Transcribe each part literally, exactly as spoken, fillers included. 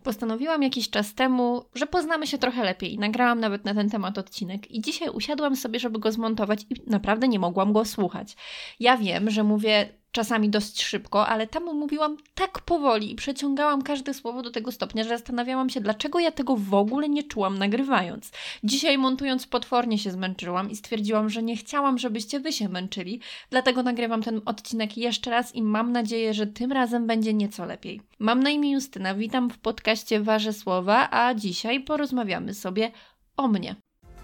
Postanowiłam jakiś czas temu, że poznamy się trochę lepiej i nagrałam nawet na ten temat odcinek i dzisiaj usiadłam sobie, żeby go zmontować i naprawdę nie mogłam go słuchać. Ja wiem, że mówię czasami dość szybko, ale tam mówiłam tak powoli i przeciągałam każde słowo do tego stopnia, że zastanawiałam się, dlaczego ja tego w ogóle nie czułam nagrywając. Dzisiaj montując potwornie się zmęczyłam i stwierdziłam, że nie chciałam, żebyście wy się męczyli, dlatego nagrywam ten odcinek jeszcze raz i mam nadzieję, że tym razem będzie nieco lepiej. Mam na imię Justyna, witam w podcaście Wasze Słowa, a dzisiaj porozmawiamy sobie o mnie.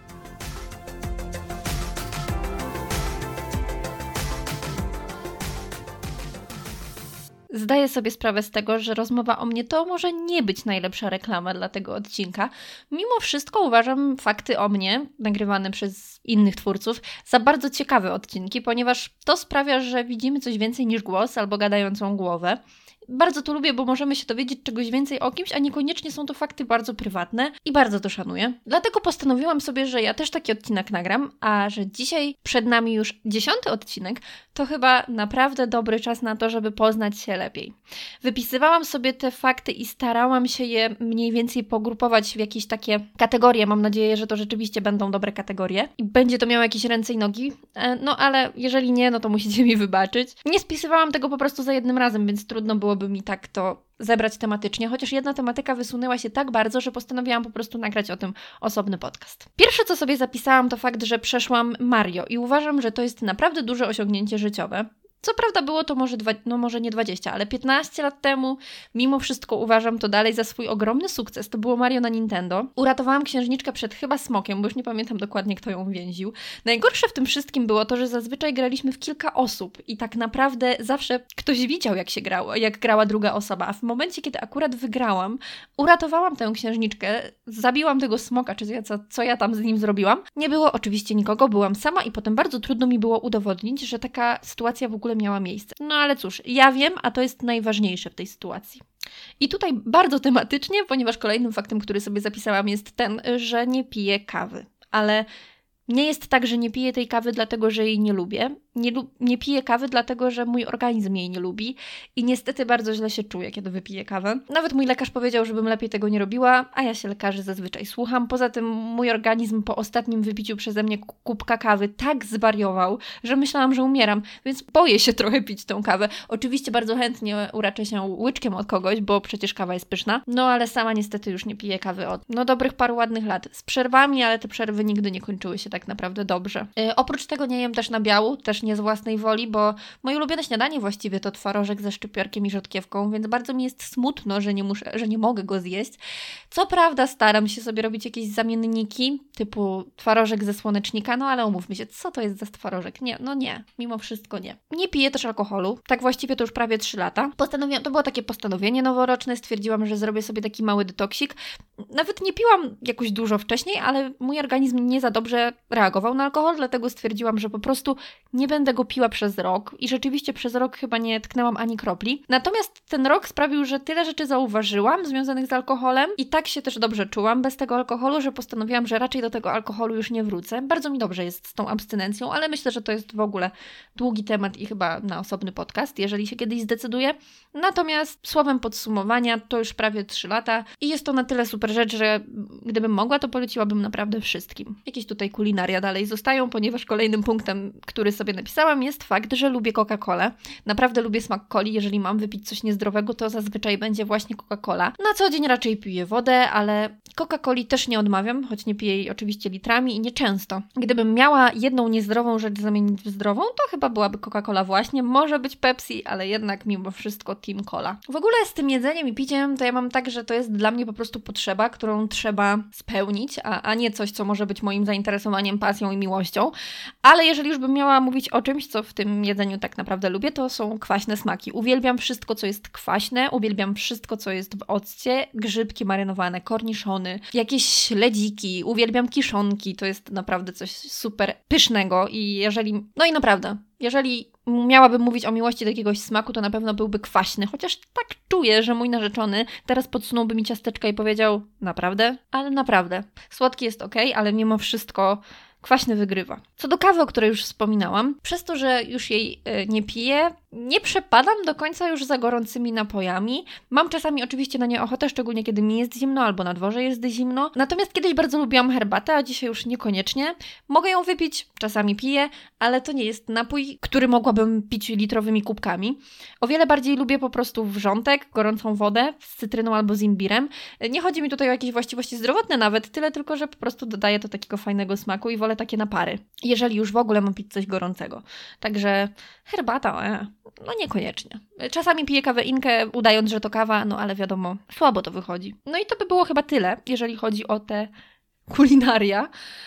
Zdaję sobie sprawę z tego, że rozmowa o mnie to może nie być najlepsza reklama dla tego odcinka. Mimo wszystko uważam fakty o mnie, nagrywane przez innych twórców, za bardzo ciekawe odcinki, ponieważ to sprawia, że widzimy coś więcej niż głos albo gadającą głowę. Bardzo to lubię, bo możemy się dowiedzieć czegoś więcej o kimś, a niekoniecznie są to fakty bardzo prywatne i bardzo to szanuję. Dlatego postanowiłam sobie, że ja też taki odcinek nagram, a że dzisiaj przed nami już dziesiąty odcinek, to chyba naprawdę dobry czas na to, żeby poznać się lepiej. Wypisywałam sobie te fakty i starałam się je mniej więcej pogrupować w jakieś takie kategorie. Mam nadzieję, że to rzeczywiście będą dobre kategorie i będzie to miało jakieś ręce i nogi. No ale jeżeli nie, no to musicie mi wybaczyć. Nie spisywałam tego po prostu za jednym razem, więc trudno byłoby mi tak to zebrać tematycznie, chociaż jedna tematyka wysunęła się tak bardzo, że postanowiłam po prostu nagrać o tym osobny podcast. Pierwsze, co sobie zapisałam, to fakt, że przeszłam Mario i uważam, że to jest naprawdę duże osiągnięcie życiowe. Co prawda było to może, dwa, no może nie dwadzieścia, ale piętnaście lat temu, mimo wszystko uważam to dalej za swój ogromny sukces. To było Mario na Nintendo. Uratowałam księżniczkę przed chyba smokiem, bo już nie pamiętam dokładnie, kto ją więził. Najgorsze w tym wszystkim było to, że zazwyczaj graliśmy w kilka osób i tak naprawdę zawsze ktoś widział, jak się grało, jak grała druga osoba, a w momencie, kiedy akurat wygrałam, uratowałam tę księżniczkę, zabiłam tego smoka, czy co, co ja tam z nim zrobiłam. Nie było oczywiście nikogo, byłam sama i potem bardzo trudno mi było udowodnić, że taka sytuacja w ogóle miała miejsce. No ale cóż, ja wiem, a to jest najważniejsze w tej sytuacji. I tutaj bardzo tematycznie, ponieważ kolejnym faktem, który sobie zapisałam, jest ten, że nie piję kawy. Ale nie jest tak, że nie piję tej kawy dlatego, że jej nie lubię. Nie, lu- nie piję kawy dlatego, że mój organizm jej nie lubi i niestety bardzo źle się czuję, kiedy wypiję kawę. Nawet mój lekarz powiedział, żebym lepiej tego nie robiła, a ja się lekarzy zazwyczaj słucham. Poza tym mój organizm po ostatnim wypiciu przeze mnie kubka kawy tak zwariował, że myślałam, że umieram, więc boję się trochę pić tą kawę. Oczywiście bardzo chętnie uraczę się łyczkiem od kogoś, bo przecież kawa jest pyszna, no ale sama niestety już nie piję kawy od no dobrych paru ładnych lat. Z przerwami, ale te przerwy nigdy nie kończyły się tak naprawdę dobrze. Yy, oprócz tego nie jem też nabiału, też nie z własnej woli, bo moje ulubione śniadanie właściwie to twarożek ze szczypiorkiem i rzodkiewką, więc bardzo mi jest smutno, że nie muszę, że nie mogę go zjeść. Co prawda staram się sobie robić jakieś zamienniki, typu twarożek ze słonecznika, no ale umówmy się, co to jest za twarożek? Nie, no nie, mimo wszystko nie. Nie piję też alkoholu, tak właściwie to już prawie trzy lata. Postanowiłam, to było takie postanowienie noworoczne, stwierdziłam, że zrobię sobie taki mały detoksik. Nawet nie piłam jakoś dużo wcześniej, ale mój organizm nie za dobrze reagował na alkohol, dlatego stwierdziłam, że po prostu nie będę go piła przez rok i rzeczywiście przez rok chyba nie tknęłam ani kropli. Natomiast ten rok sprawił, że tyle rzeczy zauważyłam związanych z alkoholem i tak się też dobrze czułam bez tego alkoholu, że postanowiłam, że raczej do tego alkoholu już nie wrócę. Bardzo mi dobrze jest z tą abstynencją, ale myślę, że to jest w ogóle długi temat i chyba na osobny podcast, jeżeli się kiedyś zdecyduję. Natomiast słowem podsumowania to już prawie trzy lata i jest to na tyle super rzecz, że gdybym mogła, to poleciłabym naprawdę wszystkim. Jakieś tutaj kulinaria dalej zostają, ponieważ kolejnym punktem, który sobie napisałam, jest fakt, że lubię Coca-Colę. Naprawdę lubię smak coli. Jeżeli mam wypić coś niezdrowego, to zazwyczaj będzie właśnie Coca-Cola. Na co dzień raczej piję wodę, ale Coca-Coli też nie odmawiam, choć nie piję jej oczywiście litrami i nieczęsto. Gdybym miała jedną niezdrową rzecz zamienić w zdrową, to chyba byłaby Coca-Cola właśnie. Może być Pepsi, ale jednak mimo wszystko Team Cola. W ogóle z tym jedzeniem i piciem to ja mam tak, że to jest dla mnie po prostu potrzeba, którą trzeba spełnić, a, a nie coś, co może być moim zainteresowaniem, pasją i miłością. Ale jeżeli już bym miała mówić o czymś, co w tym jedzeniu tak naprawdę lubię, to są kwaśne smaki. Uwielbiam wszystko, co jest kwaśne, uwielbiam wszystko, co jest w occie, grzybki marynowane, korniszony, jakieś śledziki, uwielbiam kiszonki, to jest naprawdę coś super pysznego i jeżeli, no i naprawdę, jeżeli miałabym mówić o miłości do jakiegoś smaku, to na pewno byłby kwaśny, chociaż tak czuję, że mój narzeczony teraz podsunąłby mi ciasteczka i powiedział, naprawdę? Ale naprawdę. Słodki jest okej, ale mimo wszystko kwaśny wygrywa. Co do kawy, o której już wspominałam, przez to, że już jej y, nie piję, nie przepadam do końca już za gorącymi napojami. Mam czasami oczywiście na nie ochotę, szczególnie kiedy mi jest zimno albo na dworze jest zimno. Natomiast kiedyś bardzo lubiłam herbatę, a dzisiaj już niekoniecznie. Mogę ją wypić, czasami piję, ale to nie jest napój, który mogłabym pić litrowymi kubkami. O wiele bardziej lubię po prostu wrzątek, gorącą wodę z cytryną albo z imbirem. Nie chodzi mi tutaj o jakieś właściwości zdrowotne nawet, tyle tylko, że po prostu dodaje to takiego fajnego smaku i wolę takie napary, jeżeli już w ogóle mam pić coś gorącego. Także herbata, e, no niekoniecznie. Czasami piję kawę inkę, udając, że to kawa, no ale wiadomo, słabo to wychodzi. No i to by było chyba tyle, jeżeli chodzi o te kulinaria.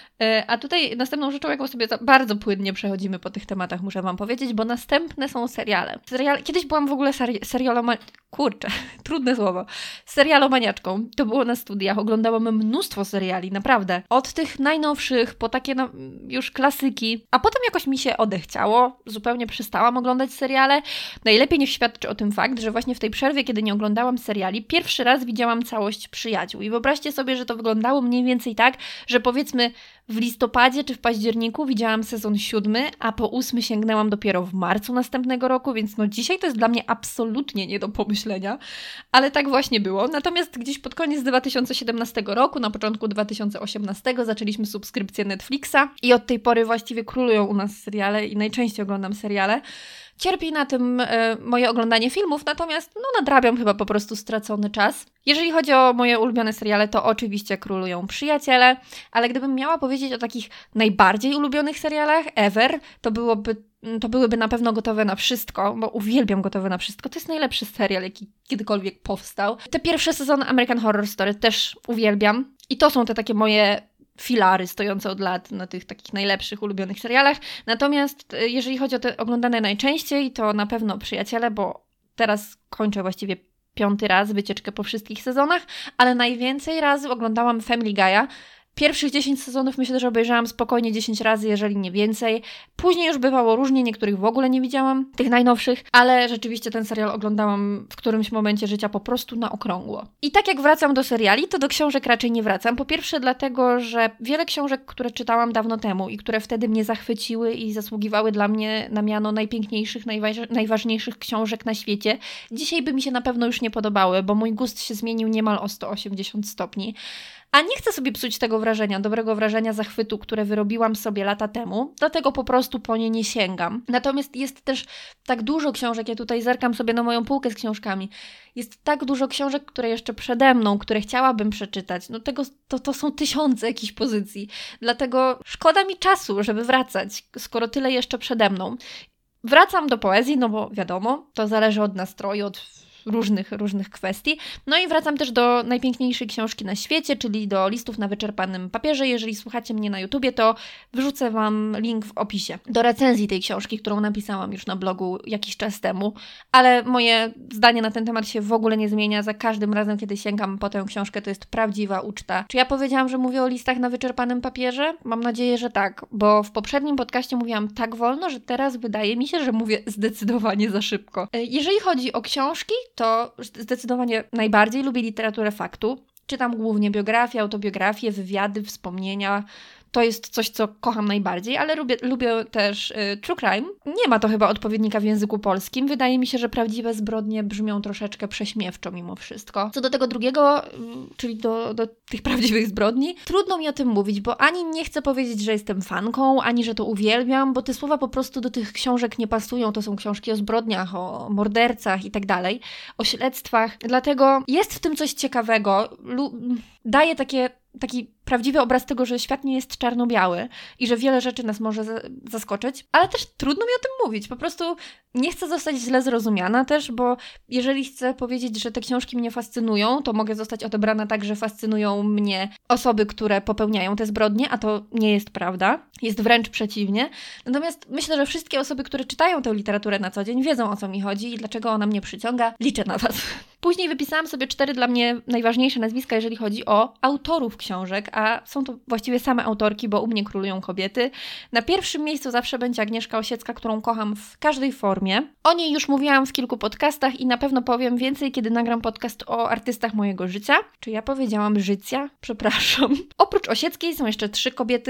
A tutaj następną rzeczą, jaką sobie bardzo płynnie przechodzimy po tych tematach, muszę Wam powiedzieć, bo następne są seriale. Serial... Kiedyś byłam w ogóle seri... serialoma... Kurczę, trudne słowo. Serialomaniaczką. To było na studiach. Oglądałam mnóstwo seriali, naprawdę. Od tych najnowszych po takie no, już klasyki. A potem jakoś mi się odechciało. Zupełnie przestałam oglądać seriale. Najlepiej niech świadczy o tym fakt, że właśnie w tej przerwie, kiedy nie oglądałam seriali, pierwszy raz widziałam całość Przyjaciół. I wyobraźcie sobie, że to wyglądało mniej więcej tak, że powiedzmy w listopadzie czy w październiku widziałam sezon siódmy, a po ósmy sięgnęłam dopiero w marcu następnego roku, więc no dzisiaj to jest dla mnie absolutnie nie do pomyślenia, ale tak właśnie było. Natomiast gdzieś pod koniec dwa tysiące siedemnastego roku, na początku dwa tysiące osiemnastego zaczęliśmy subskrypcję Netflixa i od tej pory właściwie królują u nas seriale i najczęściej oglądam seriale. Cierpi na tym e, moje oglądanie filmów, natomiast no, nadrabiam chyba po prostu stracony czas. Jeżeli chodzi o moje ulubione seriale, to oczywiście królują Przyjaciele, ale gdybym miała powiedzieć o takich najbardziej ulubionych serialach ever, to byłoby to byłyby na pewno Gotowe na wszystko, bo uwielbiam Gotowe na wszystko. To jest najlepszy serial, jaki kiedykolwiek powstał. Te pierwsze sezony American Horror Story też uwielbiam i to są te takie moje filary stojące od lat na tych takich najlepszych, ulubionych serialach. Natomiast jeżeli chodzi o te oglądane najczęściej, to na pewno Przyjaciele, bo teraz kończę właściwie piąty raz wycieczkę po wszystkich sezonach, ale najwięcej razy oglądałam Family Guy'a. Pierwszych dziesięć sezonów myślę, że obejrzałam spokojnie dziesięć razy, jeżeli nie więcej. Później już bywało różnie, niektórych w ogóle nie widziałam, tych najnowszych, ale rzeczywiście ten serial oglądałam w którymś momencie życia po prostu na okrągło. I tak jak wracam do seriali, to do książek raczej nie wracam. Po pierwsze dlatego, że wiele książek, które czytałam dawno temu i które wtedy mnie zachwyciły i zasługiwały dla mnie na miano najpiękniejszych, najważ- najważniejszych książek na świecie, dzisiaj by mi się na pewno już nie podobały, bo mój gust się zmienił niemal o sto osiemdziesiąt stopni. A nie chcę sobie psuć tego wrażenia, dobrego wrażenia zachwytu, które wyrobiłam sobie lata temu, dlatego po prostu po nie nie sięgam. Natomiast jest też tak dużo książek, ja tutaj zerkam sobie na moją półkę z książkami, jest tak dużo książek, które jeszcze przede mną, które chciałabym przeczytać, no tego, to, to są tysiące jakichś pozycji, dlatego szkoda mi czasu, żeby wracać, skoro tyle jeszcze przede mną. Wracam do poezji, no bo wiadomo, to zależy od nastroju, od różnych, różnych kwestii. No i wracam też do najpiękniejszej książki na świecie, czyli do Listów na wyczerpanym papierze. Jeżeli słuchacie mnie na YouTubie, to wrzucę Wam link w opisie do recenzji tej książki, którą napisałam już na blogu jakiś czas temu, ale moje zdanie na ten temat się w ogóle nie zmienia. Za każdym razem, kiedy sięgam po tę książkę, to jest prawdziwa uczta. Czy ja powiedziałam, że mówię o listach na wyczerpanym papierze? Mam nadzieję, że tak, bo w poprzednim podcaście mówiłam tak wolno, że teraz wydaje mi się, że mówię zdecydowanie za szybko. Jeżeli chodzi o książki, to zdecydowanie najbardziej lubię literaturę faktu. Czytam głównie biografię, autobiografię, wywiady, wspomnienia. To jest coś, co kocham najbardziej, ale lubię, lubię też y, true crime. Nie ma to chyba odpowiednika w języku polskim. Wydaje mi się, że prawdziwe zbrodnie brzmią troszeczkę prześmiewczo mimo wszystko. Co do tego drugiego, y, czyli do, do tych prawdziwych zbrodni, trudno mi o tym mówić, bo ani nie chcę powiedzieć, że jestem fanką, ani że to uwielbiam, bo te słowa po prostu do tych książek nie pasują. To są książki o zbrodniach, o mordercach i tak dalej, o śledztwach. Dlatego jest w tym coś ciekawego. Lu- daje takie taki prawdziwy obraz tego, że świat nie jest czarno-biały i że wiele rzeczy nas może zaskoczyć, ale też trudno mi o tym mówić. Po prostu nie chcę zostać źle zrozumiana też, bo jeżeli chcę powiedzieć, że te książki mnie fascynują, to mogę zostać odebrana tak, że fascynują mnie osoby, które popełniają te zbrodnie, a to nie jest prawda. Jest wręcz przeciwnie. Natomiast myślę, że wszystkie osoby, które czytają tę literaturę na co dzień, wiedzą, o co mi chodzi i dlaczego ona mnie przyciąga. Liczę na Was. Później wypisałam sobie cztery dla mnie najważniejsze nazwiska, jeżeli chodzi o autorów książek, a są to właściwie same autorki, bo u mnie królują kobiety. Na pierwszym miejscu zawsze będzie Agnieszka Osiecka, którą kocham w każdej formie. O niej już mówiłam w kilku podcastach i na pewno powiem więcej, kiedy nagram podcast o artystach mojego życia. Czy ja powiedziałam życia? Przepraszam. Oprócz Osieckiej są jeszcze trzy kobiety,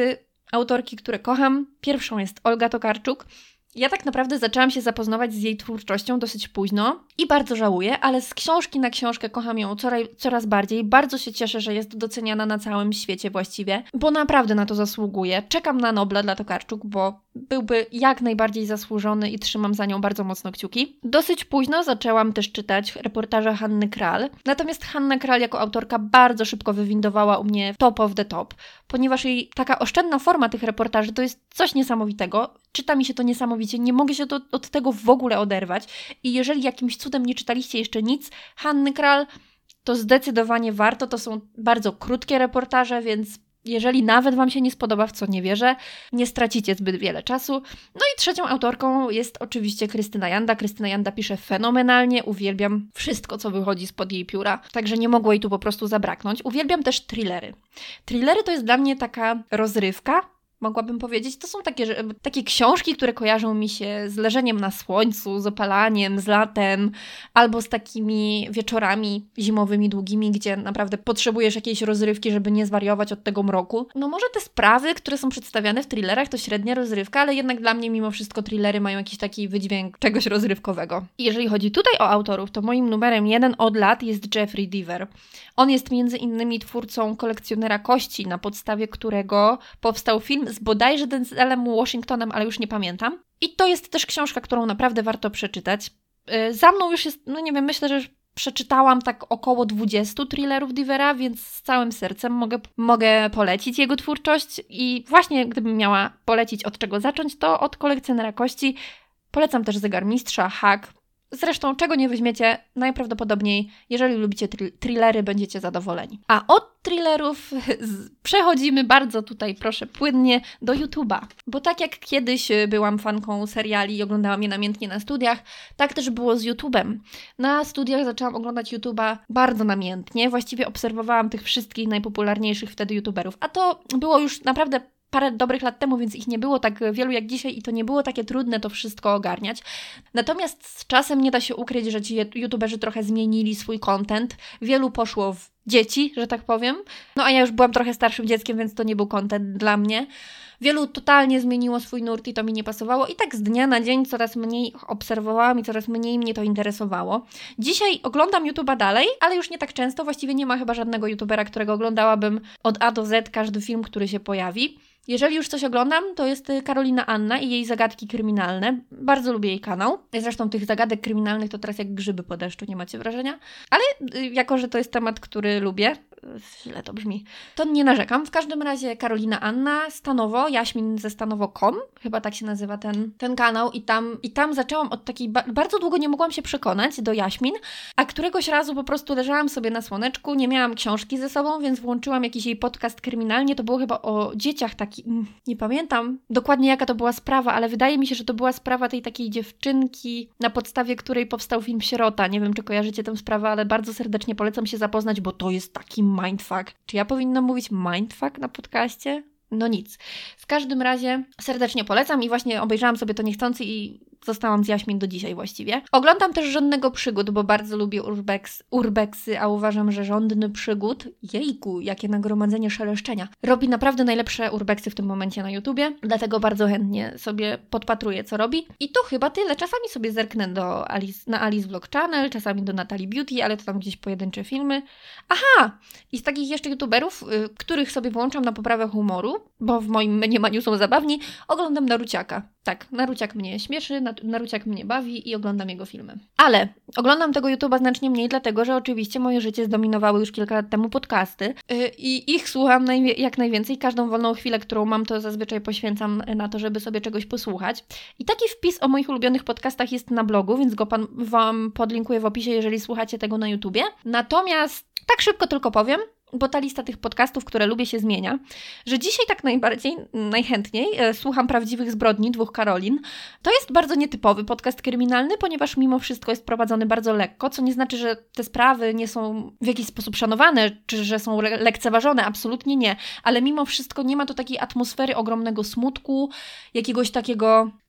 autorki, które kocham. Pierwszą jest Olga Tokarczuk. Ja tak naprawdę zaczęłam się zapoznawać z jej twórczością dosyć późno i bardzo żałuję, ale z książki na książkę kocham ją coraz, coraz bardziej. Bardzo się cieszę, że jest doceniana na całym świecie właściwie, bo naprawdę na to zasługuje. Czekam na Nobla dla Tokarczuk, bo byłby jak najbardziej zasłużony i trzymam za nią bardzo mocno kciuki. Dosyć późno zaczęłam też czytać reportaże Hanny Kral, natomiast Hanna Kral jako autorka bardzo szybko wywindowała u mnie top of the top, ponieważ jej taka oszczędna forma tych reportaży to jest coś niesamowitego. Czyta mi się to niesamowicie, nie mogę się to, od tego w ogóle oderwać i jeżeli jakimś cudem nie czytaliście jeszcze nic Hanny Kral, to zdecydowanie warto. To są bardzo krótkie reportaże, więc jeżeli nawet Wam się nie spodoba, w co nie wierzę, nie stracicie zbyt wiele czasu. No i trzecią autorką jest oczywiście Krystyna Janda. Krystyna Janda pisze fenomenalnie, uwielbiam wszystko, co wychodzi spod jej pióra, także nie mogło jej tu po prostu zabraknąć. Uwielbiam też thrillery. Thrillery to jest dla mnie taka rozrywka, mogłabym powiedzieć. To są takie, że, takie książki, które kojarzą mi się z leżeniem na słońcu, z opalaniem, z latem, albo z takimi wieczorami zimowymi, długimi, gdzie naprawdę potrzebujesz jakiejś rozrywki, żeby nie zwariować od tego mroku. No może te sprawy, które są przedstawiane w thrillerach, to średnia rozrywka, ale jednak dla mnie mimo wszystko thrillery mają jakiś taki wydźwięk czegoś rozrywkowego. I jeżeli chodzi tutaj o autorów, to moim numerem jeden od lat jest Jeffrey Deaver. On jest między innymi twórcą Kolekcjonera Kości, na podstawie którego powstał film z bodajże Denzelem Washingtonem, ale już nie pamiętam. I to jest też książka, którą naprawdę warto przeczytać. Yy, za mną już jest, no nie wiem, myślę, że już przeczytałam tak około dwudziestu thrillerów Deavera, więc z całym sercem mogę, mogę polecić jego twórczość. I właśnie gdybym miała polecić od czego zacząć, to od Kolekcjonera Kości. Polecam też Zegarmistrza, Hack. Zresztą, czego nie weźmiecie, najprawdopodobniej, jeżeli lubicie thr- thrillery, będziecie zadowoleni. A od thrillerów z- przechodzimy bardzo tutaj, proszę, płynnie do YouTube'a. Bo tak jak kiedyś byłam fanką seriali i oglądałam je namiętnie na studiach, tak też było z YouTube'em. Na studiach zaczęłam oglądać YouTube'a bardzo namiętnie. Właściwie obserwowałam tych wszystkich najpopularniejszych wtedy YouTuberów. A to było już naprawdę parę dobrych lat temu, więc ich nie było tak wielu jak dzisiaj i to nie było takie trudne to wszystko ogarniać. Natomiast z czasem nie da się ukryć, że ci youtuberzy trochę zmienili swój content. Wielu poszło w dzieci, że tak powiem. No a ja już byłam trochę starszym dzieckiem, więc to nie był content dla mnie. Wielu totalnie zmieniło swój nurt i to mi nie pasowało i tak z dnia na dzień coraz mniej obserwowałam i coraz mniej mnie to interesowało. Dzisiaj oglądam YouTube'a dalej, ale już nie tak często. Właściwie nie ma chyba żadnego YouTubera, którego oglądałabym od A do Z, każdy film, który się pojawi. Jeżeli już coś oglądam, to jest Karolina Anna i jej zagadki kryminalne. Bardzo lubię jej kanał. Zresztą tych zagadek kryminalnych to teraz jak grzyby po deszczu, nie macie wrażenia? Ale jako, że to jest temat, który lubię, źle to brzmi, to nie narzekam. W każdym razie Karolina Anna, Stanowo, Jaśmin ze stanowo kropka com, chyba tak się nazywa ten, ten kanał i tam, i tam zaczęłam od takiej, ba- bardzo długo nie mogłam się przekonać do Jaśmin, a któregoś razu po prostu leżałam sobie na słoneczku, nie miałam książki ze sobą, więc włączyłam jakiś jej podcast kryminalnie, to było chyba o dzieciach taki, nie pamiętam dokładnie jaka to była sprawa, ale wydaje mi się, że to była sprawa tej takiej dziewczynki, na podstawie której powstał film Sierota. Nie wiem, czy kojarzycie tę sprawę, ale bardzo serdecznie polecam się zapoznać, bo to jest taki mindfuck. Czy ja powinnam mówić mindfuck na podcaście? No nic. W każdym razie serdecznie polecam i właśnie obejrzałam sobie to niechcący i zostałam z Jaśmin do dzisiaj właściwie. Oglądam też Żądnego Przygód, bo bardzo lubię urbex, urbexy, a uważam, że Żądny Przygód, jejku, jakie nagromadzenie szeleszczenia, robi naprawdę najlepsze urbexy w tym momencie na YouTubie, dlatego bardzo chętnie sobie podpatruję, co robi. I to chyba tyle. Czasami sobie zerknę do Alice, na Alice Vlog Channel, czasami do Natalii Beauty, ale to tam gdzieś pojedyncze filmy. Aha! I z takich jeszcze YouTuberów, y, których sobie włączam na poprawę humoru, bo w moim mniemaniu są zabawni, oglądam Naruciaka. Tak, Naruciak mnie śmieszy, Naruciak mnie bawi i oglądam jego filmy. Ale oglądam tego YouTube'a znacznie mniej, dlatego że oczywiście moje życie zdominowały już kilka lat temu podcasty yy, i ich słucham najwie- jak najwięcej. Każdą wolną chwilę, którą mam, to zazwyczaj poświęcam na to, żeby sobie czegoś posłuchać. I taki wpis o moich ulubionych podcastach jest na blogu, więc go pan, Wam podlinkuję w opisie, jeżeli słuchacie tego na YouTubie. Natomiast tak szybko tylko powiem, bo ta lista tych podcastów, które lubię, się zmienia, że dzisiaj tak najbardziej, najchętniej e, słucham Prawdziwych Zbrodni dwóch Karolin. To jest bardzo nietypowy podcast kryminalny, ponieważ mimo wszystko jest prowadzony bardzo lekko, co nie znaczy, że te sprawy nie są w jakiś sposób szanowane, czy że są le- lekceważone, absolutnie nie, ale mimo wszystko nie ma tu takiej atmosfery ogromnego smutku, jakiegoś takiego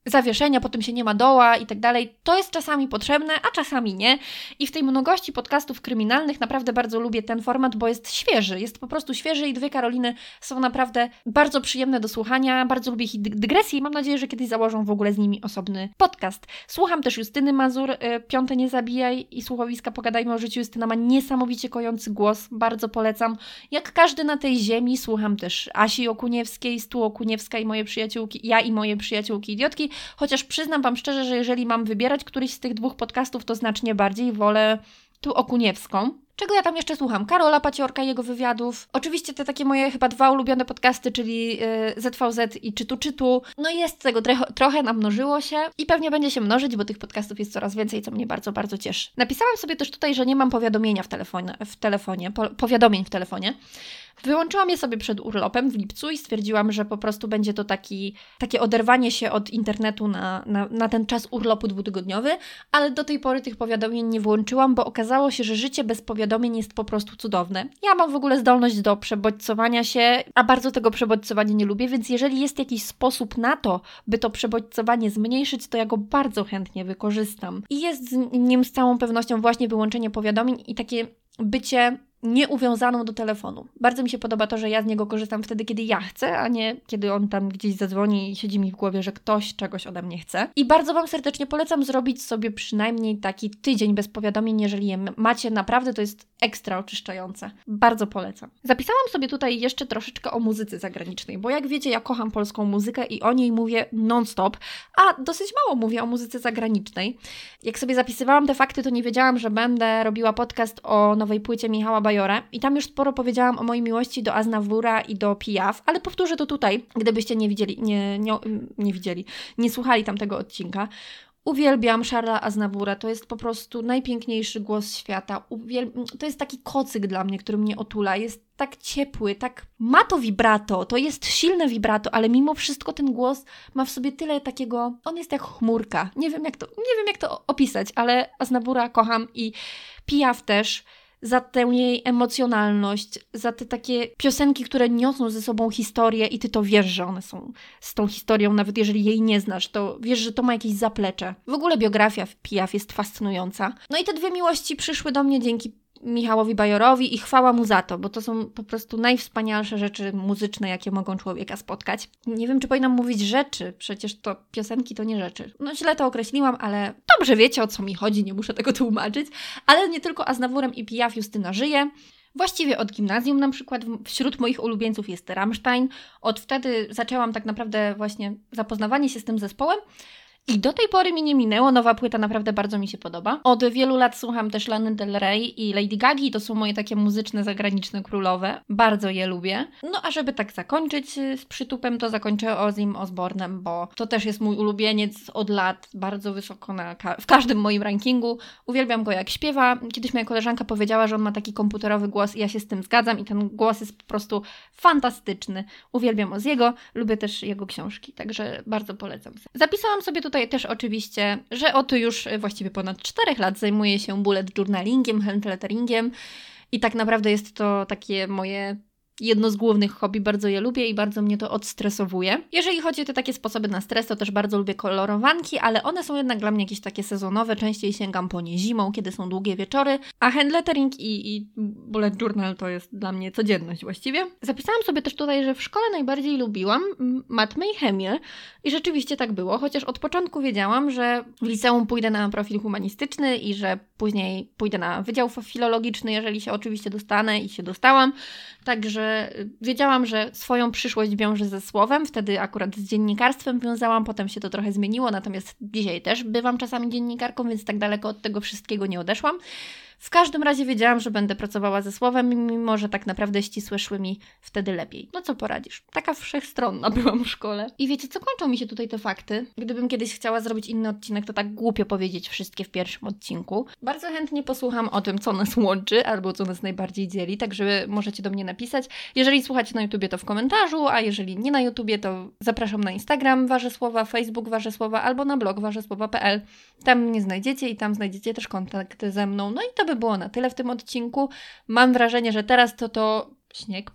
zawieszenia, potem się nie ma doła i tak dalej. To jest czasami potrzebne, a czasami nie. I w tej mnogości podcastów kryminalnych naprawdę bardzo lubię ten format, bo jest świeży. Jest po prostu świeży i dwie Karoliny są naprawdę bardzo przyjemne do słuchania. Bardzo lubię ich dygresje i mam nadzieję, że kiedyś założą w ogóle z nimi osobny podcast. Słucham też Justyny Mazur, y, Piąte Nie Zabijaj i słuchowiska Pogadajmy o życiu. Justyna ma niesamowicie kojący głos, bardzo polecam. Jak każdy na tej ziemi, słucham też Asi Okuniewskiej, Stu Okuniewska i moje przyjaciółki, ja i moje przyjaciółki idiotki, chociaż przyznam Wam szczerze, że jeżeli mam wybierać któryś z tych dwóch podcastów, to znacznie bardziej wolę tu Okuniewską. Czego ja tam jeszcze słucham? Karola Paciorka, jego wywiadów. Oczywiście te takie moje chyba dwa ulubione podcasty, czyli yy, Z V Z i Czytu Czytu. No i jest tego tre- trochę, namnożyło się i pewnie będzie się mnożyć, bo tych podcastów jest coraz więcej, co mnie bardzo, bardzo cieszy. Napisałam sobie też tutaj, że nie mam powiadomienia w telefonie, w telefonie po- powiadomień w telefonie. Wyłączyłam je sobie przed urlopem w lipcu i stwierdziłam, że po prostu będzie to taki, takie oderwanie się od internetu na, na, na ten czas urlopu dwutygodniowy, ale do tej pory tych powiadomień nie włączyłam, bo okazało się, że życie bez powiadomień jest po prostu cudowne. Ja mam w ogóle zdolność do przebodźcowania się, a bardzo tego przebodźcowania nie lubię, więc jeżeli jest jakiś sposób na to, by to przebodźcowanie zmniejszyć, to ja go bardzo chętnie wykorzystam. I jest z nim z całą pewnością właśnie wyłączenie powiadomień i takie bycie nieuwiązaną do telefonu. Bardzo mi się podoba to, że ja z niego korzystam wtedy, kiedy ja chcę, a nie kiedy on tam gdzieś zadzwoni i siedzi mi w głowie, że ktoś czegoś ode mnie chce. I bardzo Wam serdecznie polecam zrobić sobie przynajmniej taki tydzień bez powiadomień, jeżeli je macie. Naprawdę to jest ekstra oczyszczające. Bardzo polecam. Zapisałam sobie tutaj jeszcze troszeczkę o muzyce zagranicznej, bo jak wiecie, ja kocham polską muzykę i o niej mówię non-stop, a dosyć mało mówię o muzyce zagranicznej. Jak sobie zapisywałam te fakty, to nie wiedziałam, że będę robiła podcast o nowej płycie Michała Bajora i tam już sporo powiedziałam o mojej miłości do Aznavoura i do Piaf, ale powtórzę to tutaj, gdybyście nie widzieli, nie, nie, nie widzieli, nie słuchali tamtego odcinka. Uwielbiam Charlesa Aznavoura, to jest po prostu najpiękniejszy głos świata. Uwiel- to jest taki kocyk dla mnie, który mnie otula. Jest tak ciepły, tak ma to vibrato, to jest silne vibrato, ale mimo wszystko ten głos ma w sobie tyle takiego, on jest jak chmurka. Nie wiem jak to, nie wiem jak to opisać, ale Aznavoura kocham i Piaf też. Za tę jej emocjonalność, za te takie piosenki, które niosą ze sobą historię i ty to wiesz, że one są z tą historią, nawet jeżeli jej nie znasz, to wiesz, że to ma jakieś zaplecze. W ogóle biografia Piaf jest fascynująca. No i te dwie miłości przyszły do mnie dzięki Michałowi Bajorowi i chwała mu za to, bo to są po prostu najwspanialsze rzeczy muzyczne, jakie mogą człowieka spotkać. Nie wiem, czy powinnam mówić rzeczy, przecież to piosenki to nie rzeczy. No źle to określiłam, ale dobrze wiecie, o co mi chodzi, nie muszę tego tłumaczyć. Ale nie tylko Aznavourem i Piaf Justyna żyje. Właściwie od gimnazjum na przykład wśród moich ulubieńców jest Rammstein. Od wtedy zaczęłam tak naprawdę właśnie zapoznawanie się z tym zespołem. I do tej pory mi nie minęło, nowa płyta naprawdę bardzo mi się podoba. Od wielu lat słucham też Lany Del Rey i Lady Gagi, to są moje takie muzyczne, zagraniczne królowe. Bardzo je lubię. No a żeby tak zakończyć z przytupem, to zakończę Ozim Osbornem, bo to też jest mój ulubieniec od lat, bardzo wysoko na ka- w każdym moim rankingu. Uwielbiam go jak śpiewa. Kiedyś moja koleżanka powiedziała, że on ma taki komputerowy głos i ja się z tym zgadzam i ten głos jest po prostu fantastyczny. Uwielbiam Oziego, lubię też jego książki, także bardzo polecam. Zapisałam sobie tutaj też oczywiście, że oto już właściwie ponad czterech lat zajmuję się bullet journalingiem, handletteringiem i tak naprawdę jest to takie moje jedno z głównych hobby, bardzo je lubię i bardzo mnie to odstresowuje. Jeżeli chodzi o te takie sposoby na stres, to też bardzo lubię kolorowanki, ale one są jednak dla mnie jakieś takie sezonowe, częściej sięgam po nie zimą, kiedy są długie wieczory, a handlettering i, i bullet journal to jest dla mnie codzienność właściwie. Zapisałam sobie też tutaj, że w szkole najbardziej lubiłam matmę i chemię i rzeczywiście tak było, chociaż od początku wiedziałam, że w liceum pójdę na profil humanistyczny i że później pójdę na wydział filologiczny, jeżeli się oczywiście dostanę i się dostałam, także wiedziałam, że swoją przyszłość wiążę ze słowem, wtedy akurat z dziennikarstwem wiązałam, potem się to trochę zmieniło, natomiast dzisiaj też bywam czasami dziennikarką, więc tak daleko od tego wszystkiego nie odeszłam. W każdym razie wiedziałam, że będę pracowała ze słowem, mimo że tak naprawdę ścisłe szły mi wtedy lepiej. No co poradzisz? Taka wszechstronna byłam w szkole. I wiecie co, kończą mi się tutaj te fakty. Gdybym kiedyś chciała zrobić inny odcinek, to tak głupio powiedzieć wszystkie w pierwszym odcinku. Bardzo chętnie posłucham o tym, co nas łączy, albo co nas najbardziej dzieli, także możecie do mnie napisać. Jeżeli słuchacie na YouTubie, to w komentarzu, a jeżeli nie na YouTubie, to zapraszam na Instagram Wasze Słowa, Facebook Wasze Słowa, albo na blog warzesłowa kropka p l. Tam mnie znajdziecie i tam znajdziecie też kontakt ze mną. No i to by było na tyle w tym odcinku. Mam wrażenie, że teraz to to... Śnieg pada?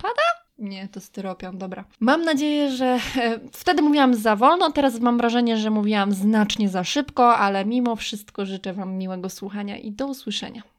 Nie, to styropian, dobra. Mam nadzieję, że e, wtedy mówiłam za wolno, teraz mam wrażenie, że mówiłam znacznie za szybko, ale mimo wszystko życzę Wam miłego słuchania i do usłyszenia.